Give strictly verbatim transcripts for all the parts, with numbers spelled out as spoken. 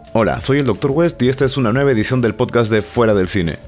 Hola, soy el doctor West y esta es una nueva edición del podcast de Fuera del Cine.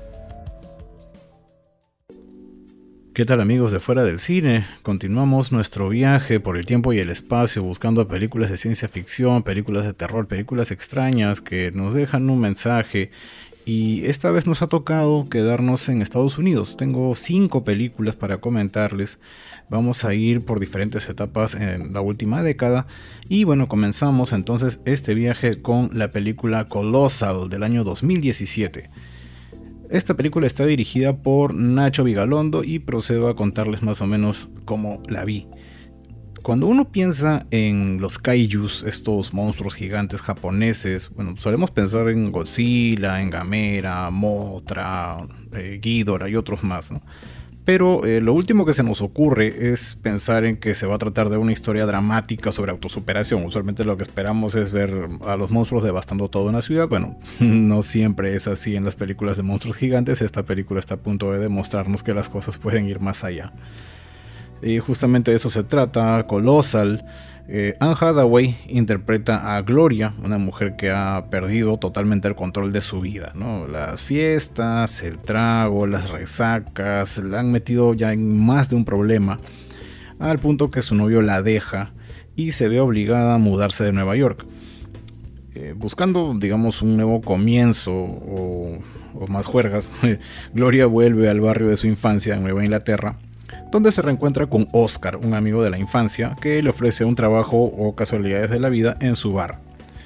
¿Qué tal, amigos de Fuera del Cine? Continuamos nuestro viaje por el tiempo y el espacio buscando películas de ciencia ficción, películas de terror, películas extrañas que nos dejan un mensaje. Y esta vez nos ha tocado quedarnos en Estados Unidos. Tengo cinco películas para comentarles. Vamos a ir por diferentes etapas en la última década. Y bueno, comenzamos entonces este viaje con la película Colossal del año dos mil diecisiete. Esta película está dirigida por Nacho Vigalondo y procedo a contarles más o menos cómo la vi. Cuando uno piensa en los kaijus, estos monstruos gigantes japoneses, bueno, solemos pensar en Godzilla, en Gamera, Mothra, eh, Ghidorah y otros más, ¿no? Pero eh, lo último que se nos ocurre es pensar en que se va a tratar de una historia dramática sobre autosuperación. Usualmente lo que esperamos es ver a los monstruos devastando toda una ciudad. Bueno, no siempre es así en las películas de monstruos gigantes. Esta película está a punto de demostrarnos que las cosas pueden ir más allá. Y justamente de eso se trata Colossal. Eh, Anne Hathaway interpreta a Gloria, una mujer que ha perdido totalmente el control de su vida, ¿no? Las fiestas, el trago, las resacas, la han metido ya en más de un problema, al punto que su novio la deja y se ve obligada a mudarse de Nueva York. Eh, buscando, digamos, un nuevo comienzo o, o más juergas, Gloria vuelve al barrio de su infancia en Nueva Inglaterra, donde se reencuentra con Oscar, un amigo de la infancia, que le ofrece un trabajo o casualidades de la vida en su bar.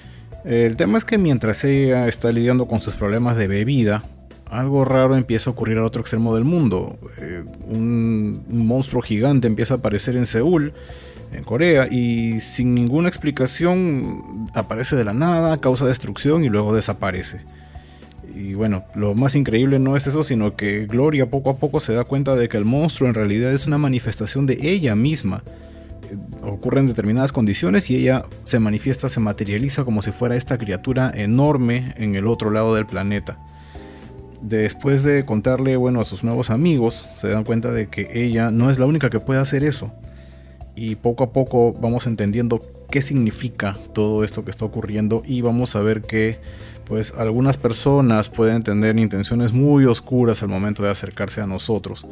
El tema es que mientras ella está lidiando con sus problemas de bebida, algo raro empieza a ocurrir al otro extremo del mundo. Eh, un, un monstruo gigante empieza a aparecer en Seúl, en Corea, y sin ninguna explicación aparece de la nada, causa destrucción y luego desaparece. Y bueno, lo más increíble no es eso, sino que Gloria poco a poco se da cuenta de que el monstruo en realidad es una manifestación de ella misma. Eh, ocurren determinadas condiciones y ella se manifiesta, se materializa como si fuera esta criatura enorme en el otro lado del planeta. Después de contarle, bueno, a sus nuevos amigos, se dan cuenta de que ella no es la única que puede hacer eso. Y poco a poco vamos entendiendo qué significa todo esto que está ocurriendo y vamos a ver que pues algunas personas pueden tener intenciones muy oscuras al momento de acercarse a nosotros.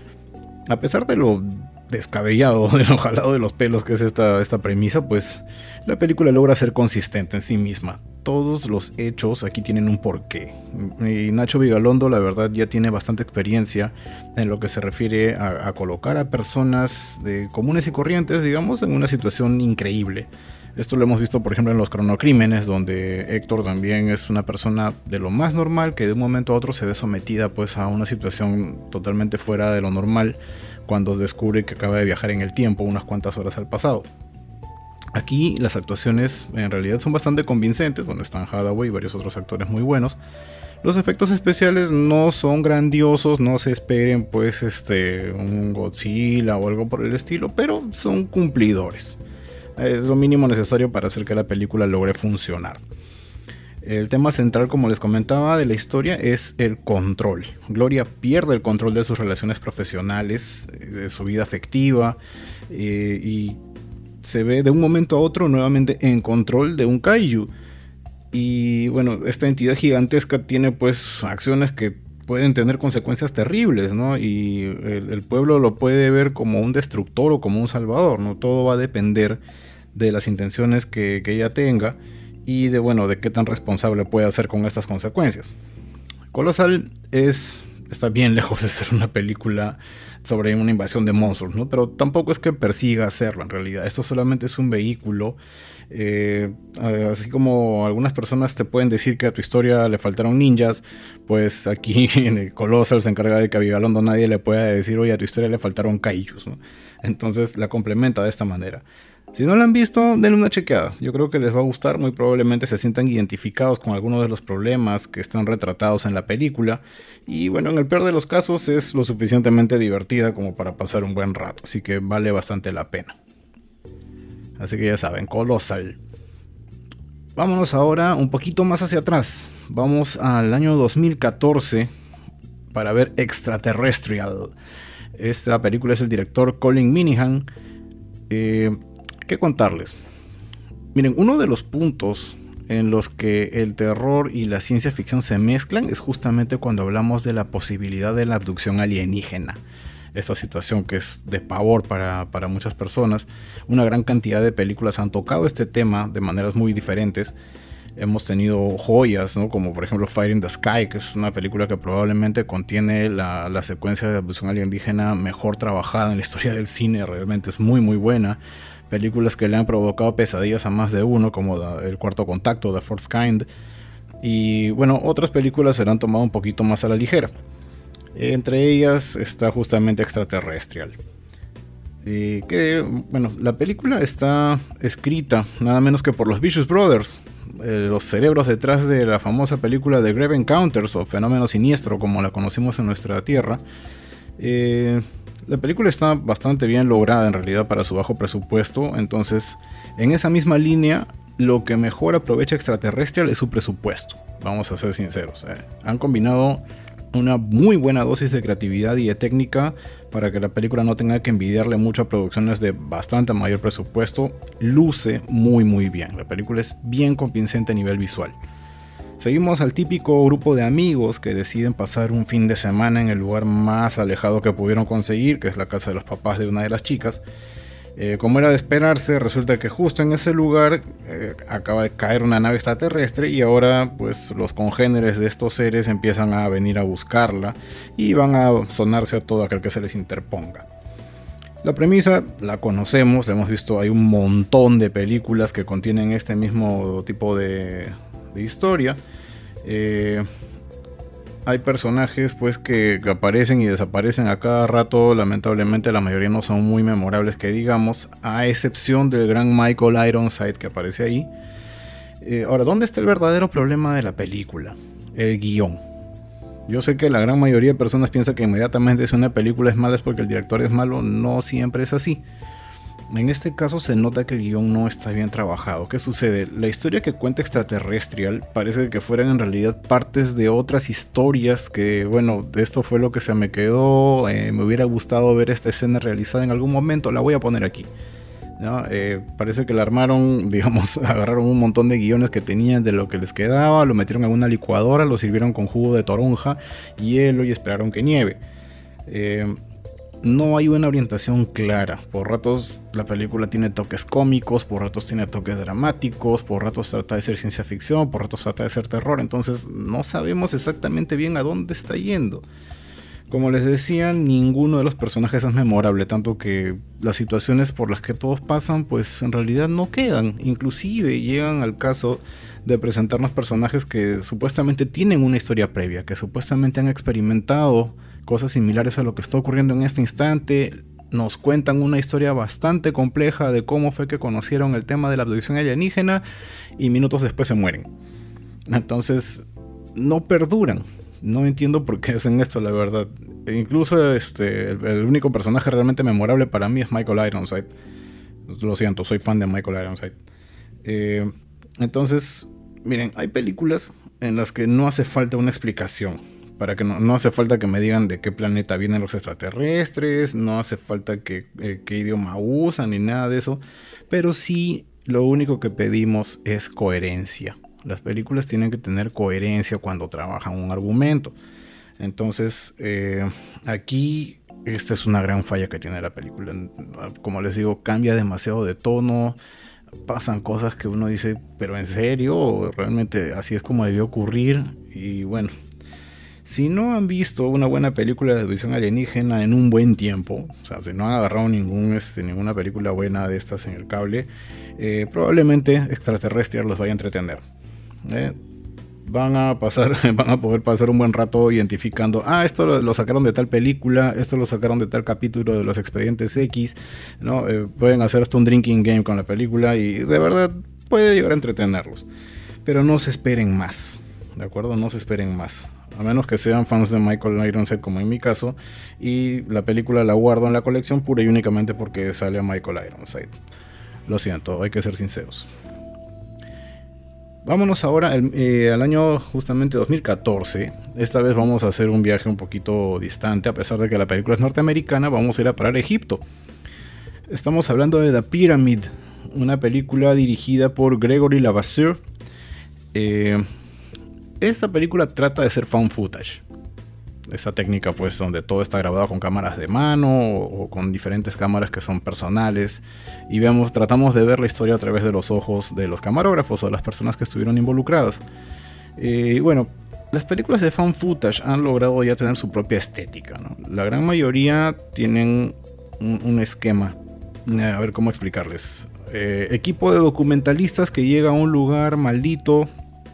A pesar de lo descabellado, de lo jalado de los pelos que es esta, esta premisa, pues la película logra ser consistente en sí misma. Todos los hechos aquí tienen un porqué. Y Nacho Vigalondo, la verdad, ya tiene bastante experiencia en lo que se refiere a, a colocar a personas de comunes y corrientes, digamos, en una situación increíble. Esto lo hemos visto, por ejemplo, en Los Cronocrímenes, donde Héctor también es una persona de lo más normal que de un momento a otro se ve sometida pues, a una situación totalmente fuera de lo normal cuando descubre que acaba de viajar en el tiempo unas cuantas horas al pasado. Aquí las actuaciones en realidad son bastante convincentes. Bueno, están Hathaway y varios otros actores muy buenos. Los efectos especiales no son grandiosos, no se esperen pues este un Godzilla o algo por el estilo, pero son cumplidores. Es lo mínimo necesario para hacer que la película logre funcionar. El tema central, como les comentaba, de la historia es el control. Gloria pierde el control de sus relaciones profesionales, de su vida afectiva, eh, y se ve de un momento a otro nuevamente en control de un kaiju. Y bueno, esta entidad gigantesca tiene pues acciones que pueden tener consecuencias terribles, ¿no? Y el, el pueblo lo puede ver como un destructor o como un salvador, ¿no? Todo va a depender de las intenciones que, que ella tenga y de, bueno, de qué tan responsable puede ser con estas consecuencias. Colossal es, está bien lejos de ser una película sobre una invasión de monstruos, ¿no? Pero tampoco es que persiga hacerlo en realidad. Esto solamente es un vehículo. Eh, así como algunas personas te pueden decir que a tu historia le faltaron ninjas, pues aquí en el Colossal se encarga de que a Vigalondo nadie le pueda decir, oye, a tu historia le faltaron kaijus, ¿no? Entonces la complementa de esta manera. Si no la han visto, denle una chequeada. Yo creo que les va a gustar. Muy probablemente se sientan identificados con algunos de los problemas que están retratados en la película. Y bueno, en el peor de los casos es lo suficientemente divertida como para pasar un buen rato. Así que vale bastante la pena. Así que ya saben, Colossal. Vámonos ahora un poquito más hacia atrás. Vamos al año dos mil catorce para ver Extraterrestrial. Esta película es el director Colin Minihan. Eh... ¿Qué contarles? Miren, uno de los puntos en los que el terror y la ciencia ficción se mezclan es justamente cuando hablamos de la posibilidad de la abducción alienígena. Esta situación que es de pavor para, para muchas personas. Una gran cantidad de películas han tocado este tema de maneras muy diferentes. Hemos tenido joyas, ¿no? Como por ejemplo Fire in the Sky, que es una película que probablemente contiene la, la secuencia de abducción alienígena mejor trabajada en la historia del cine. Realmente es muy muy buena. Películas que le han provocado pesadillas a más de uno, como El Cuarto Contacto, The Fourth Kind. Y bueno, otras películas se han tomado un poquito más a la ligera. Entre ellas está justamente Extraterrestrial. Eh, que, bueno, la película está escrita nada menos que por los Vicious Brothers, eh, los cerebros detrás de la famosa película de Grave Encounters o Fenómeno Siniestro, como la conocimos en nuestra tierra. Eh, la película está bastante bien lograda en realidad para su bajo presupuesto. Entonces, en esa misma línea, lo que mejor aprovecha Extraterrestrial es su presupuesto. Vamos a ser sinceros. Eh. Han combinado una muy buena dosis de creatividad y de técnica para que la película no tenga que envidiarle mucho a producciones de bastante mayor presupuesto. Luce muy muy bien. La película es bien convincente a nivel visual. Seguimos al típico grupo de amigos que deciden pasar un fin de semana en el lugar más alejado que pudieron conseguir, que es la casa de los papás de una de las chicas. Eh, como era de esperarse, resulta que justo en ese lugar eh, acaba de caer una nave extraterrestre y ahora pues los congéneres de estos seres empiezan a venir a buscarla y van a sonarse a todo aquel que se les interponga. La premisa la conocemos, la hemos visto, hay un montón de películas que contienen este mismo tipo de, de historia. Eh, hay personajes pues que, que aparecen y desaparecen a cada rato. Lamentablemente la mayoría no son muy memorables que digamos, a excepción del gran Michael Ironside que aparece ahí. Eh, ahora, ¿dónde está el verdadero problema de la película? El guión. Yo sé que la gran mayoría de personas piensa que inmediatamente si una película es mala es porque el director es malo. No siempre es así. En este caso se nota que el guión no está bien trabajado. ¿Qué sucede? La historia que cuenta Extraterrestrial parece que fueran en realidad partes de otras historias que, bueno, esto fue lo que se me quedó. Eh, me hubiera gustado ver esta escena realizada en algún momento. La voy a poner aquí, ¿no? Eh, parece que la armaron, digamos, agarraron un montón de guiones que tenían de lo que les quedaba, lo metieron en una licuadora, lo sirvieron con jugo de toronja, hielo y esperaron que nieve. Eh... No hay una orientación clara. Por ratos la película tiene toques cómicos, por ratos tiene toques dramáticos, por ratos trata de ser ciencia ficción, por ratos trata de ser terror. Entonces no sabemos exactamente bien a dónde está yendo. Como les decía, ninguno de los personajes es memorable, tanto que las situaciones por las que todos pasan pues en realidad no quedan. Inclusive llegan al caso de presentarnos personajes que supuestamente tienen una historia previa, que supuestamente han experimentado cosas similares a lo que está ocurriendo en este instante. Nos cuentan una historia bastante compleja de cómo fue que conocieron el tema de la abducción alienígena y minutos después se mueren. Entonces no perduran. No entiendo por qué hacen esto, la verdad. E incluso este, el, el único personaje realmente memorable para mí es Michael Ironside. Lo siento, soy fan de Michael Ironside. Eh, entonces, miren, hay películas en las que no hace falta una explicación. Para que no, no hace falta que me digan de qué planeta vienen los extraterrestres, no hace falta que eh, qué idioma usan ni nada de eso, pero sí lo único que pedimos es coherencia. Las películas tienen que tener coherencia cuando trabajan un argumento. Entonces, eh, aquí esta es una gran falla que tiene la película. Como les digo, cambia demasiado de tono, pasan cosas que uno dice, pero ¿en serio? ¿Realmente así es como debió ocurrir? Y bueno, si no han visto una buena película de abducción alienígena en un buen tiempo, o sea, si no han agarrado ningún, este, ninguna película buena de estas en el cable, eh, probablemente Extraterrestrial los vaya a entretener. Eh, van a pasar, van a poder pasar un buen rato identificando, ah, esto lo, lo sacaron de tal película, esto lo sacaron de tal capítulo de los Expedientes X, ¿no? Eh, pueden hacer hasta un drinking game con la película y de verdad puede llegar a entretenerlos. Pero no se esperen más, ¿de acuerdo? No se esperen más. A menos que sean fans de Michael Ironside como en mi caso, y la película la guardo en la colección pura y únicamente porque sale a Michael Ironside. Lo siento, hay que ser sinceros. Vámonos ahora el, eh, al año justamente dos mil catorce. Esta vez vamos a hacer un viaje un poquito distante. A pesar de que la película es norteamericana, vamos a ir a parar a Egipto. Estamos hablando de The Pyramid, una película dirigida por Gregory Levasseur. Eh, esta película trata de ser found footage. Esa técnica pues donde todo está grabado con cámaras de mano o, o con diferentes cámaras que son personales y vemos, tratamos de ver la historia a través de los ojos de los camarógrafos o de las personas que estuvieron involucradas. Eh, y bueno, las películas de found footage han logrado ya tener su propia estética, ¿no? La gran mayoría tienen un, un esquema, a ver cómo explicarles. Eh, equipo de documentalistas que llega a un lugar maldito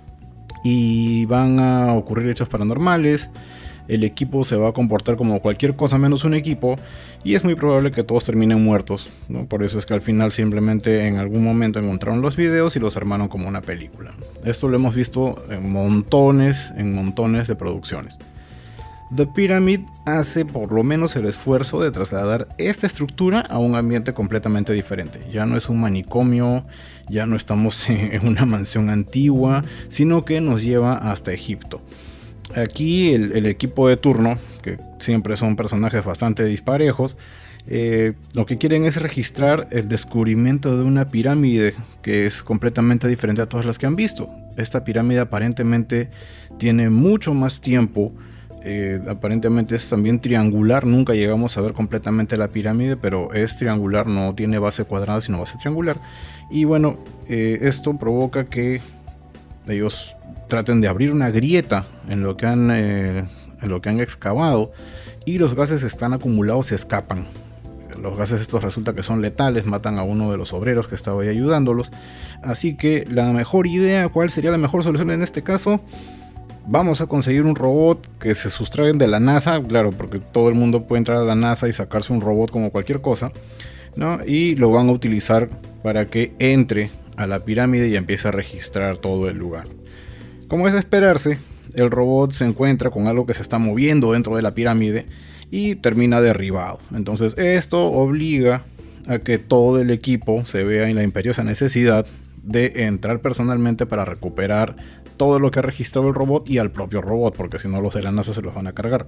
y van a ocurrir hechos paranormales. El equipo se va a comportar como cualquier cosa menos un equipo y es muy probable que todos terminen muertos, ¿no? Por eso es que al final simplemente en algún momento encontraron los videos y los armaron como una película. Esto lo hemos visto en montones, en montones de producciones. The Pyramid hace por lo menos el esfuerzo de trasladar esta estructura a un ambiente completamente diferente. Ya no es un manicomio, ya no estamos en una mansión antigua, sino que nos lleva hasta Egipto. Aquí el, el equipo de turno, que siempre son personajes bastante disparejos, eh, lo que quieren es registrar el descubrimiento de una pirámide que es completamente diferente a todas las que han visto. Esta pirámide aparentemente tiene mucho más tiempo, eh, aparentemente es también triangular, nunca llegamos a ver completamente la pirámide, pero es triangular, no tiene base cuadrada sino base triangular. Y bueno, eh, esto provoca que ellos traten de abrir una grieta en lo que han, eh, en lo que han excavado y los gases están acumulados y escapan. Los gases estos resulta que son letales, matan a uno de los obreros que estaba ahí ayudándolos. Así que la mejor idea, ¿cuál sería la mejor solución en este caso? Vamos a conseguir un robot que se sustraen de la NASA, claro, porque todo el mundo puede entrar a la NASA y sacarse un robot como cualquier cosa, ¿no? Y lo van a utilizar para que entre a la pirámide y empiece a registrar todo el lugar. Como es de esperarse, el robot se encuentra con algo que se está moviendo dentro de la pirámide y termina derribado. Entonces esto obliga a que todo el equipo se vea en la imperiosa necesidad de entrar personalmente para recuperar todo lo que ha registrado el robot y al propio robot, porque si no los de la NASA se los van a cargar.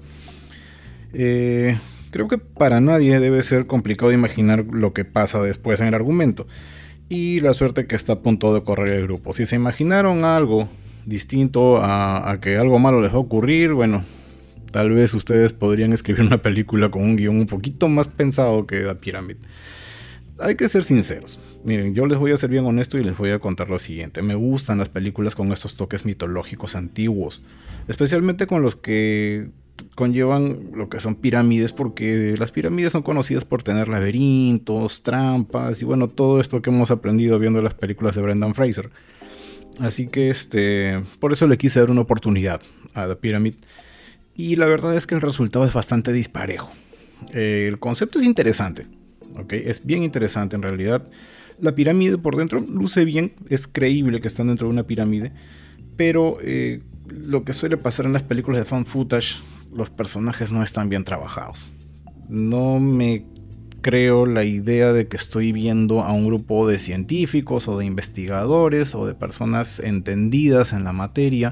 Eh, creo que para nadie debe ser complicado imaginar lo que pasa después en el argumento y la suerte que está a punto de correr el grupo. Si se imaginaron algo distinto a, a que algo malo les va a ocurrir, bueno, tal vez ustedes podrían escribir una película con un guión un poquito más pensado que The Pyramid. Hay que ser sinceros. Miren, yo les voy a ser bien honesto y les voy a contar lo siguiente. Me gustan las películas con estos toques mitológicos antiguos, especialmente con los que conllevan lo que son pirámides, porque las pirámides son conocidas por tener laberintos, trampas y bueno, todo esto que hemos aprendido viendo las películas de Brendan Fraser. Así que este, por eso le quise dar una oportunidad a The Pyramid. Y la verdad es que el resultado es bastante disparejo. Eh, el concepto es interesante, ¿okay? Es bien interesante en realidad. La pirámide por dentro luce bien, es creíble que están dentro de una pirámide. Pero eh, lo que suele pasar en las películas de found footage, los personajes no están bien trabajados. No me creo la idea de que estoy viendo a un grupo de científicos o de investigadores o de personas entendidas en la materia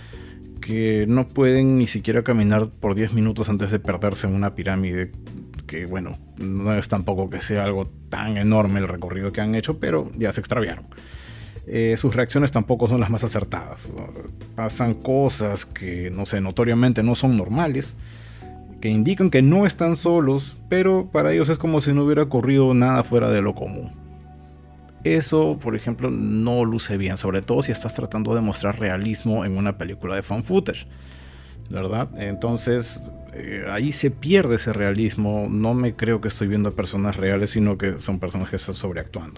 que no pueden ni siquiera caminar por diez minutos antes de perderse en una pirámide, que bueno, no es tampoco que sea algo tan enorme el recorrido que han hecho, pero ya se extraviaron. Eh, sus reacciones tampoco son las más acertadas. Pasan cosas que, no sé, notoriamente no son normales, que indican que no están solos, pero para ellos es como si no hubiera ocurrido nada fuera de lo común. Eso, por ejemplo, no luce bien, sobre todo si estás tratando de mostrar realismo en una película de found footage, ¿verdad? Entonces, eh, ahí se pierde ese realismo. No me creo que estoy viendo a personas reales, sino que son personas que están sobreactuando.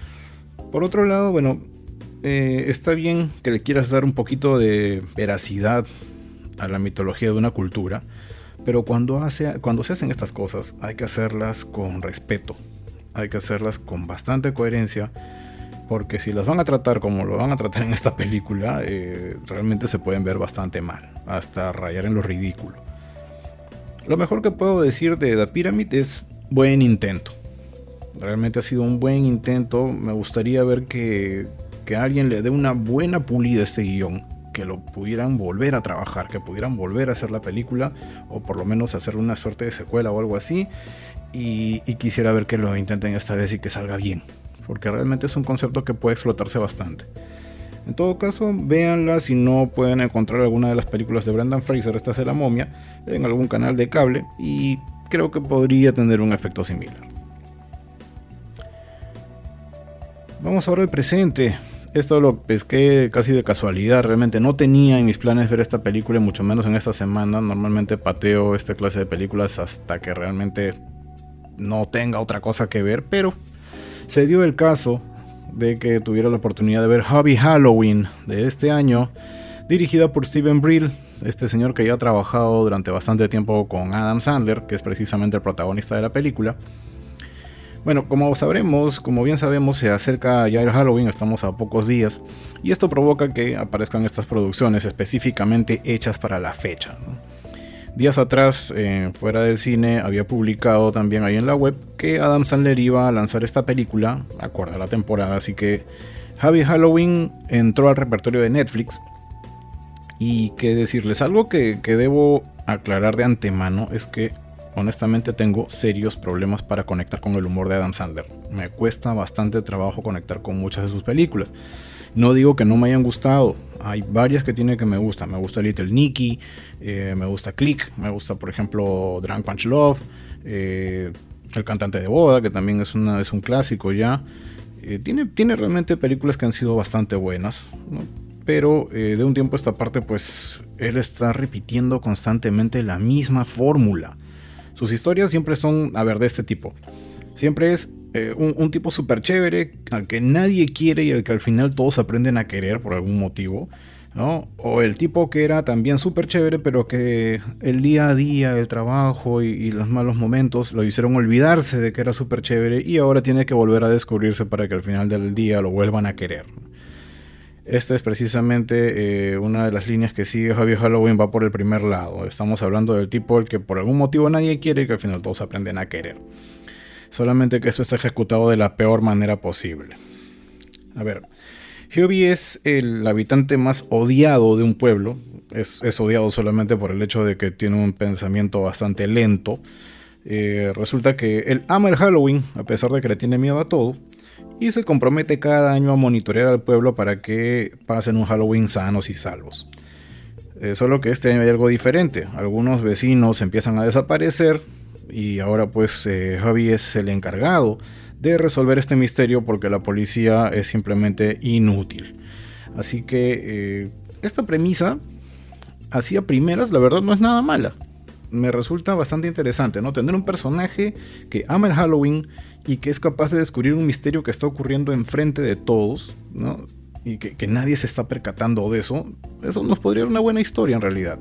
Por otro lado, bueno, eh, está bien que le quieras dar un poquito de veracidad a la mitología de una cultura, pero cuando, hace, cuando se hacen estas cosas hay que hacerlas con respeto, hay que hacerlas con bastante coherencia, porque si las van a tratar como lo van a tratar en esta película, eh, realmente se pueden ver bastante mal, hasta rayar en lo ridículo. Lo mejor que puedo decir de The Pyramid es buen intento. Realmente ha sido un buen intento. Me gustaría ver que, que alguien le dé una buena pulida a este guión, que lo pudieran volver a trabajar, que pudieran volver a hacer la película, o por lo menos hacer una suerte de secuela o algo así, y, y quisiera ver que lo intenten esta vez y que salga bien, porque realmente es un concepto que puede explotarse bastante. En todo caso, véanla si no pueden encontrar alguna de las películas de Brendan Fraser, estas de la momia, en algún canal de cable, y creo que podría tener un efecto similar. Vamos ahora al presente. Esto lo pesqué casi de casualidad, realmente no tenía en mis planes ver esta película, y mucho menos en esta semana. Normalmente pateo esta clase de películas hasta que realmente no tenga otra cosa que ver, pero se dio el caso de que tuviera la oportunidad de ver Hubie Halloween de este año, dirigida por Steven Brill, este señor que ya ha trabajado durante bastante tiempo con Adam Sandler, que es precisamente el protagonista de la película. Bueno, como sabremos, como bien sabemos, se acerca ya el Halloween, estamos a pocos días, y esto provoca que aparezcan estas producciones específicamente hechas para la fecha, ¿no? Días atrás, eh, Fuera del Cine había publicado también ahí en la web que Adam Sandler iba a lanzar esta película, acorde a la temporada, así que Hubie Halloween entró al repertorio de Netflix. Y qué decirles, algo que, que debo aclarar de antemano es que honestamente tengo serios problemas para conectar con el humor de Adam Sandler. Me cuesta bastante trabajo conectar con muchas de sus películas. No digo que no me hayan gustado, hay varias que tiene que me gustan. Me gusta Little Nicky, eh, me gusta Click, me gusta por ejemplo Drunk Punch Love, eh, El cantante de boda, que también es, una, es un clásico ya. Eh, tiene, tiene realmente películas que han sido bastante buenas, ¿no? Pero eh, de un tiempo a esta parte pues él está repitiendo constantemente la misma fórmula. Sus historias siempre son, a ver, de este tipo. Siempre es eh, un, un tipo súper chévere al que nadie quiere y al que al final todos aprenden a querer por algún motivo, ¿no? O el tipo que era también súper chévere, pero que el día a día, el trabajo y, y los malos momentos lo hicieron olvidarse de que era súper chévere y ahora tiene que volver a descubrirse para que al final del día lo vuelvan a querer. Esta es precisamente eh, una de las líneas que sigue Hubie Halloween, va por el primer lado. Estamos hablando del tipo al que por algún motivo nadie quiere y que al final todos aprenden a querer. Solamente que esto está ejecutado de la peor manera posible. A ver, Hubie es el habitante más odiado de un pueblo. Es, es odiado solamente por el hecho de que tiene un pensamiento bastante lento. Eh, resulta que él ama el Halloween, a pesar de que le tiene miedo a todo. Y se compromete cada año a monitorear al pueblo para que pasen un Halloween sanos y salvos. Eh, solo que este año hay algo diferente. Algunos vecinos empiezan a desaparecer y ahora pues eh, Hubie es el encargado de resolver este misterio porque la policía es simplemente inútil. Así que eh, esta premisa, así a primeras, la verdad no es nada mala. Me resulta bastante interesante, ¿no? Tener un personaje que ama el Halloween y que es capaz de descubrir un misterio que está ocurriendo enfrente de todos, ¿no? Y que, que nadie se está percatando de eso. Eso nos podría dar una buena historia en realidad.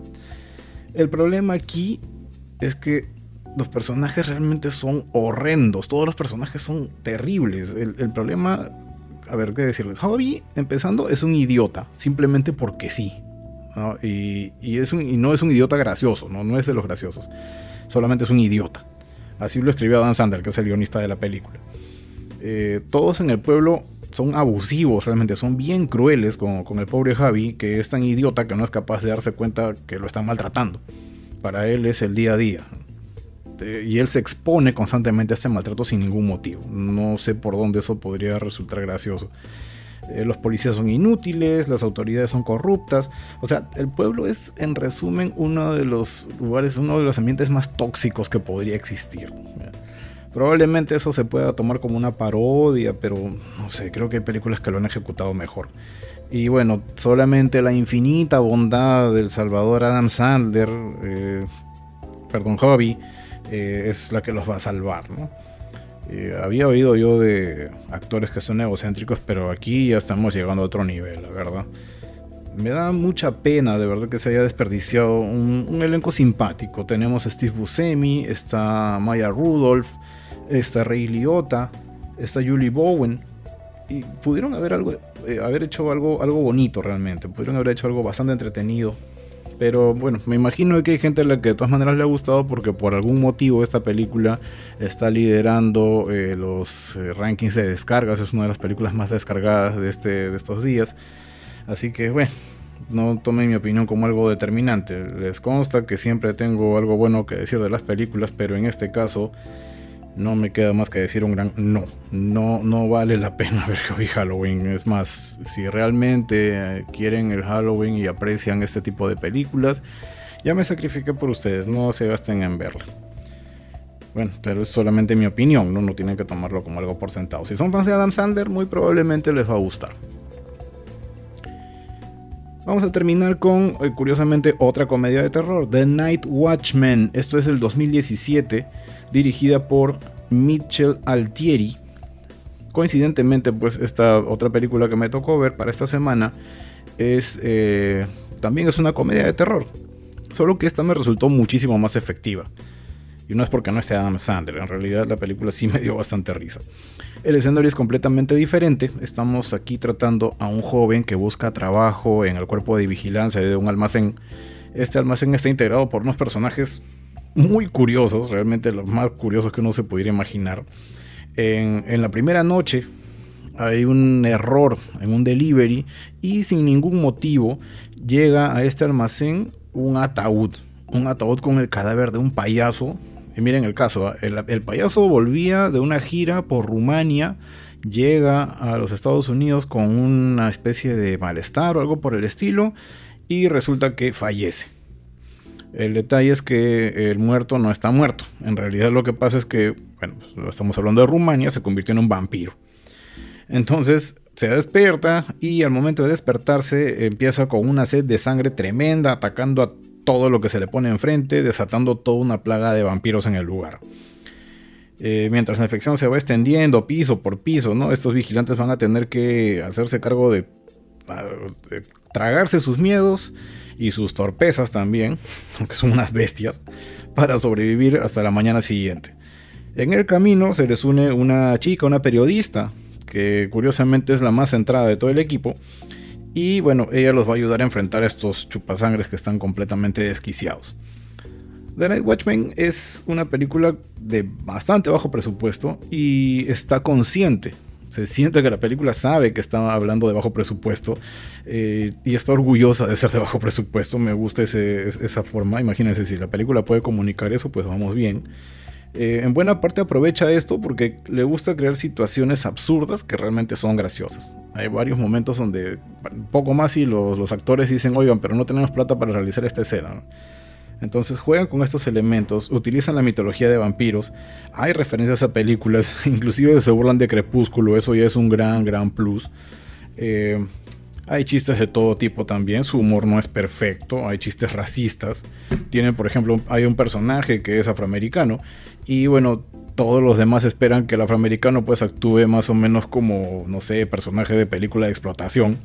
El problema aquí es que los personajes realmente son horrendos. Todos los personajes son terribles. El, el problema, a ver qué decirles. Hubie, empezando, es un idiota, simplemente porque sí, ¿no? Y, y, es un, y no es un idiota gracioso, ¿no? No es de los graciosos. Solamente es un idiota. Así lo escribió Adam Sandler, que es el guionista de la película. Eh, todos en el pueblo son abusivos, realmente son bien crueles con, con el pobre Hubie, que es tan idiota que no es capaz de darse cuenta que lo están maltratando. Para él es el día a día. Eh, y él se expone constantemente a este maltrato sin ningún motivo. No sé por dónde eso podría resultar gracioso. Eh, los policías son inútiles, las autoridades son corruptas. O sea, el pueblo es, en resumen, uno de los lugares, uno de los ambientes más tóxicos que podría existir. Probablemente eso se pueda tomar como una parodia, pero no sé, creo que hay películas que lo han ejecutado mejor. Y bueno, solamente la infinita bondad del Salvador Adam Sandler, eh, perdón, Hubie, eh, es la que los va a salvar, ¿no? Eh, había oído yo de actores que son egocéntricos, pero aquí ya estamos llegando a otro nivel, la verdad. Me da mucha pena, de verdad, que se haya desperdiciado un, un elenco simpático. Tenemos a Steve Buscemi, está Maya Rudolph, está Ray Liotta, está Julie Bowen. Y pudieron haber, algo, eh, haber hecho algo, algo bonito realmente. Pudieron haber hecho algo bastante entretenido. Pero bueno, me imagino que hay gente a la que de todas maneras le ha gustado porque por algún motivo esta película está liderando eh, los eh, rankings de descargas. Es una de las películas más descargadas de, este, de estos días. Así que bueno, no tomen mi opinión como algo determinante. Les consta que siempre tengo algo bueno que decir de las películas, pero en este caso no me queda más que decir un gran no. No, no vale la pena ver Hubie Halloween. Es más, si realmente quieren el Halloween y aprecian este tipo de películas, ya me sacrifiqué por ustedes, no se gasten en verla. Bueno, pero es solamente mi opinión, ¿no? No tienen que tomarlo como algo por sentado. Si son fans de Adam Sandler, muy probablemente les va a gustar. Vamos a terminar con, eh, curiosamente, otra comedia de terror, The Night Watchman. Esto es el dos mil diecisiete, dirigida por Michel Altieri. Coincidentemente, pues esta otra película que me tocó ver para esta semana es eh, también es una comedia de terror, solo que esta me resultó muchísimo más efectiva. Y no es porque no esté Adam Sandler, en realidad la película sí me dio bastante risa. El escenario es completamente diferente. Estamos aquí tratando a un joven que busca trabajo en el cuerpo de vigilancia de un almacén. Este almacén está integrado por unos personajes muy curiosos, realmente los más curiosos que uno se pudiera imaginar. En, en la primera noche hay un error en un delivery y sin ningún motivo llega a este almacén un ataúd. Un ataúd con el cadáver de un payaso. Y miren el caso, el, el payaso volvía de una gira por Rumania, llega a los Estados Unidos con una especie de malestar o algo por el estilo y resulta que fallece. El detalle es que el muerto no está muerto. En realidad lo que pasa es que, bueno, estamos hablando de Rumania, se convirtió en un vampiro. Entonces se despierta y al momento de despertarse empieza con una sed de sangre tremenda, atacando a todo lo que se le pone enfrente, desatando toda una plaga de vampiros en el lugar. Eh, mientras la infección se va extendiendo piso por piso, ¿no? Estos vigilantes van a tener que hacerse cargo de, de tragarse sus miedos y sus torpezas también, aunque son unas bestias, para sobrevivir hasta la mañana siguiente. En el camino se les une una chica, una periodista, que curiosamente es la más centrada de todo el equipo. Y bueno, ella los va a ayudar a enfrentar a estos chupasangres que están completamente desquiciados. The Night Watchman es una película de bastante bajo presupuesto y está consciente. Se siente que la película sabe que está hablando de bajo presupuesto eh, y está orgullosa de ser de bajo presupuesto. Me gusta ese, esa forma. Imagínense, si la película puede comunicar eso, pues vamos bien. Eh, en buena parte aprovecha esto porque le gusta crear situaciones absurdas que realmente son graciosas. Hay varios momentos donde poco más y los, los actores dicen, oigan, pero no tenemos plata para realizar esta escena, ¿no? Entonces juegan con estos elementos, utilizan la mitología de vampiros, hay referencias a películas, inclusive se burlan de Crepúsculo, eso ya es un gran, gran plus. Eh, hay chistes de todo tipo también, su humor no es perfecto, hay chistes racistas. Tienen, por ejemplo, hay un personaje que es afroamericano y bueno, todos los demás esperan que el afroamericano pues actúe más o menos como, no sé, personaje de película de explotación.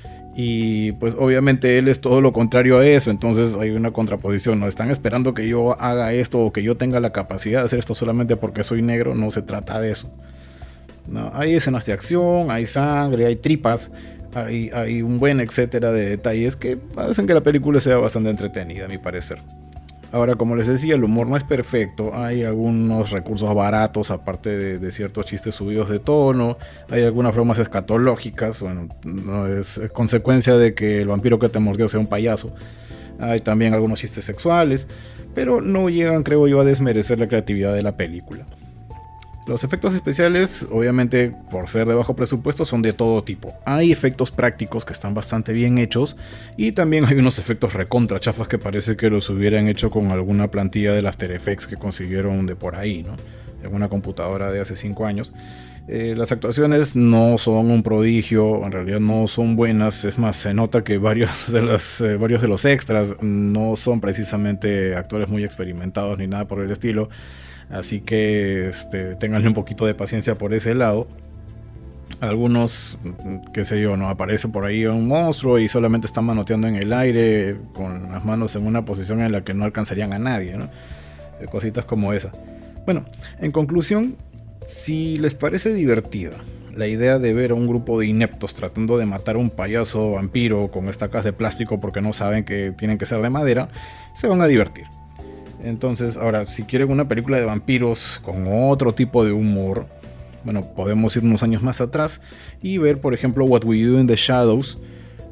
Y pues obviamente él es todo lo contrario a eso, entonces hay una contraposición, no están esperando que yo haga esto o que yo tenga la capacidad de hacer esto solamente porque soy negro, no se trata de eso. No, hay escenas de acción, hay sangre, hay tripas, hay, hay un buen etcétera de detalles que hacen que la película sea bastante entretenida a mi parecer. Ahora, como les decía, el humor no es perfecto, hay algunos recursos baratos aparte de, de ciertos chistes subidos de tono, hay algunas bromas escatológicas, bueno, no es, es consecuencia de que el vampiro que te mordió sea un payaso. Hay también algunos chistes sexuales, pero no llegan, creo yo, a desmerecer la creatividad de la película. Los efectos especiales, obviamente, por ser de bajo presupuesto, son de todo tipo. Hay efectos prácticos que están bastante bien hechos y también hay unos efectos recontra chafas que parece que los hubieran hecho con alguna plantilla del After Effects que consiguieron de por ahí, ¿no? En una computadora de hace cinco años. Eh, las actuaciones no son un prodigio, en realidad no son buenas. Es más, se nota que varios de los, eh, varios de los extras no son precisamente actores muy experimentados ni nada por el estilo. Así que este, ténganle un poquito de paciencia por ese lado. Algunos, qué sé yo, no aparece por ahí un monstruo y solamente están manoteando en el aire con las manos en una posición en la que no alcanzarían a nadie, ¿no? Cositas como esa. Bueno, en conclusión, si les parece divertida la idea de ver a un grupo de ineptos tratando de matar a un payaso vampiro con estacas de plástico porque no saben que tienen que ser de madera, se van a divertir. Entonces, ahora, si quieren una película de vampiros con otro tipo de humor, bueno, podemos ir unos años más atrás y ver, por ejemplo, What We Do in the Shadows,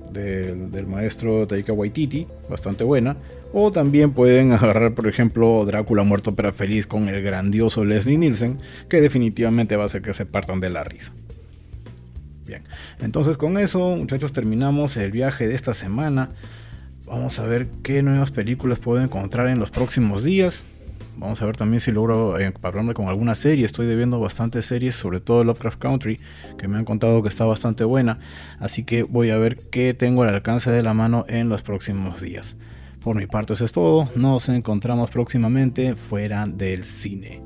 del, del maestro Taika Waititi, bastante buena. O también pueden agarrar, por ejemplo, Drácula muerto pero feliz con el grandioso Leslie Nielsen, que definitivamente va a hacer que se partan de la risa. Bien, entonces con eso, muchachos, terminamos el viaje de esta semana. Vamos a ver qué nuevas películas puedo encontrar en los próximos días. Vamos a ver también si logro empaparme con alguna serie. Estoy debiendo bastantes series, sobre todo Lovecraft Country, que me han contado que está bastante buena. Así que voy a ver qué tengo al alcance de la mano en los próximos días. Por mi parte eso es todo. Nos encontramos próximamente fuera del cine.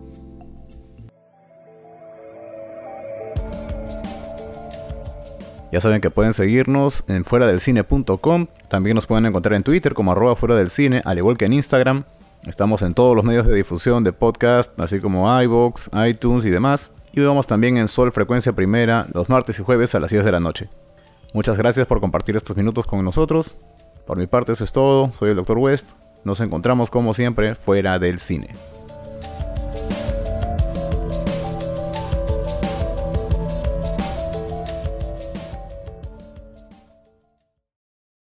Ya saben que pueden seguirnos en fuera del cine punto com. También nos pueden encontrar en Twitter como arroba fuera del cine, al igual que en Instagram. Estamos en todos los medios de difusión de podcast, así como iVoox, iTunes y demás. Y vamos también en Sol Frecuencia Primera los martes y jueves a las diez de la noche. Muchas gracias por compartir estos minutos con nosotros. Por mi parte eso es todo. Soy el doctor West. Nos encontramos como siempre fuera del cine.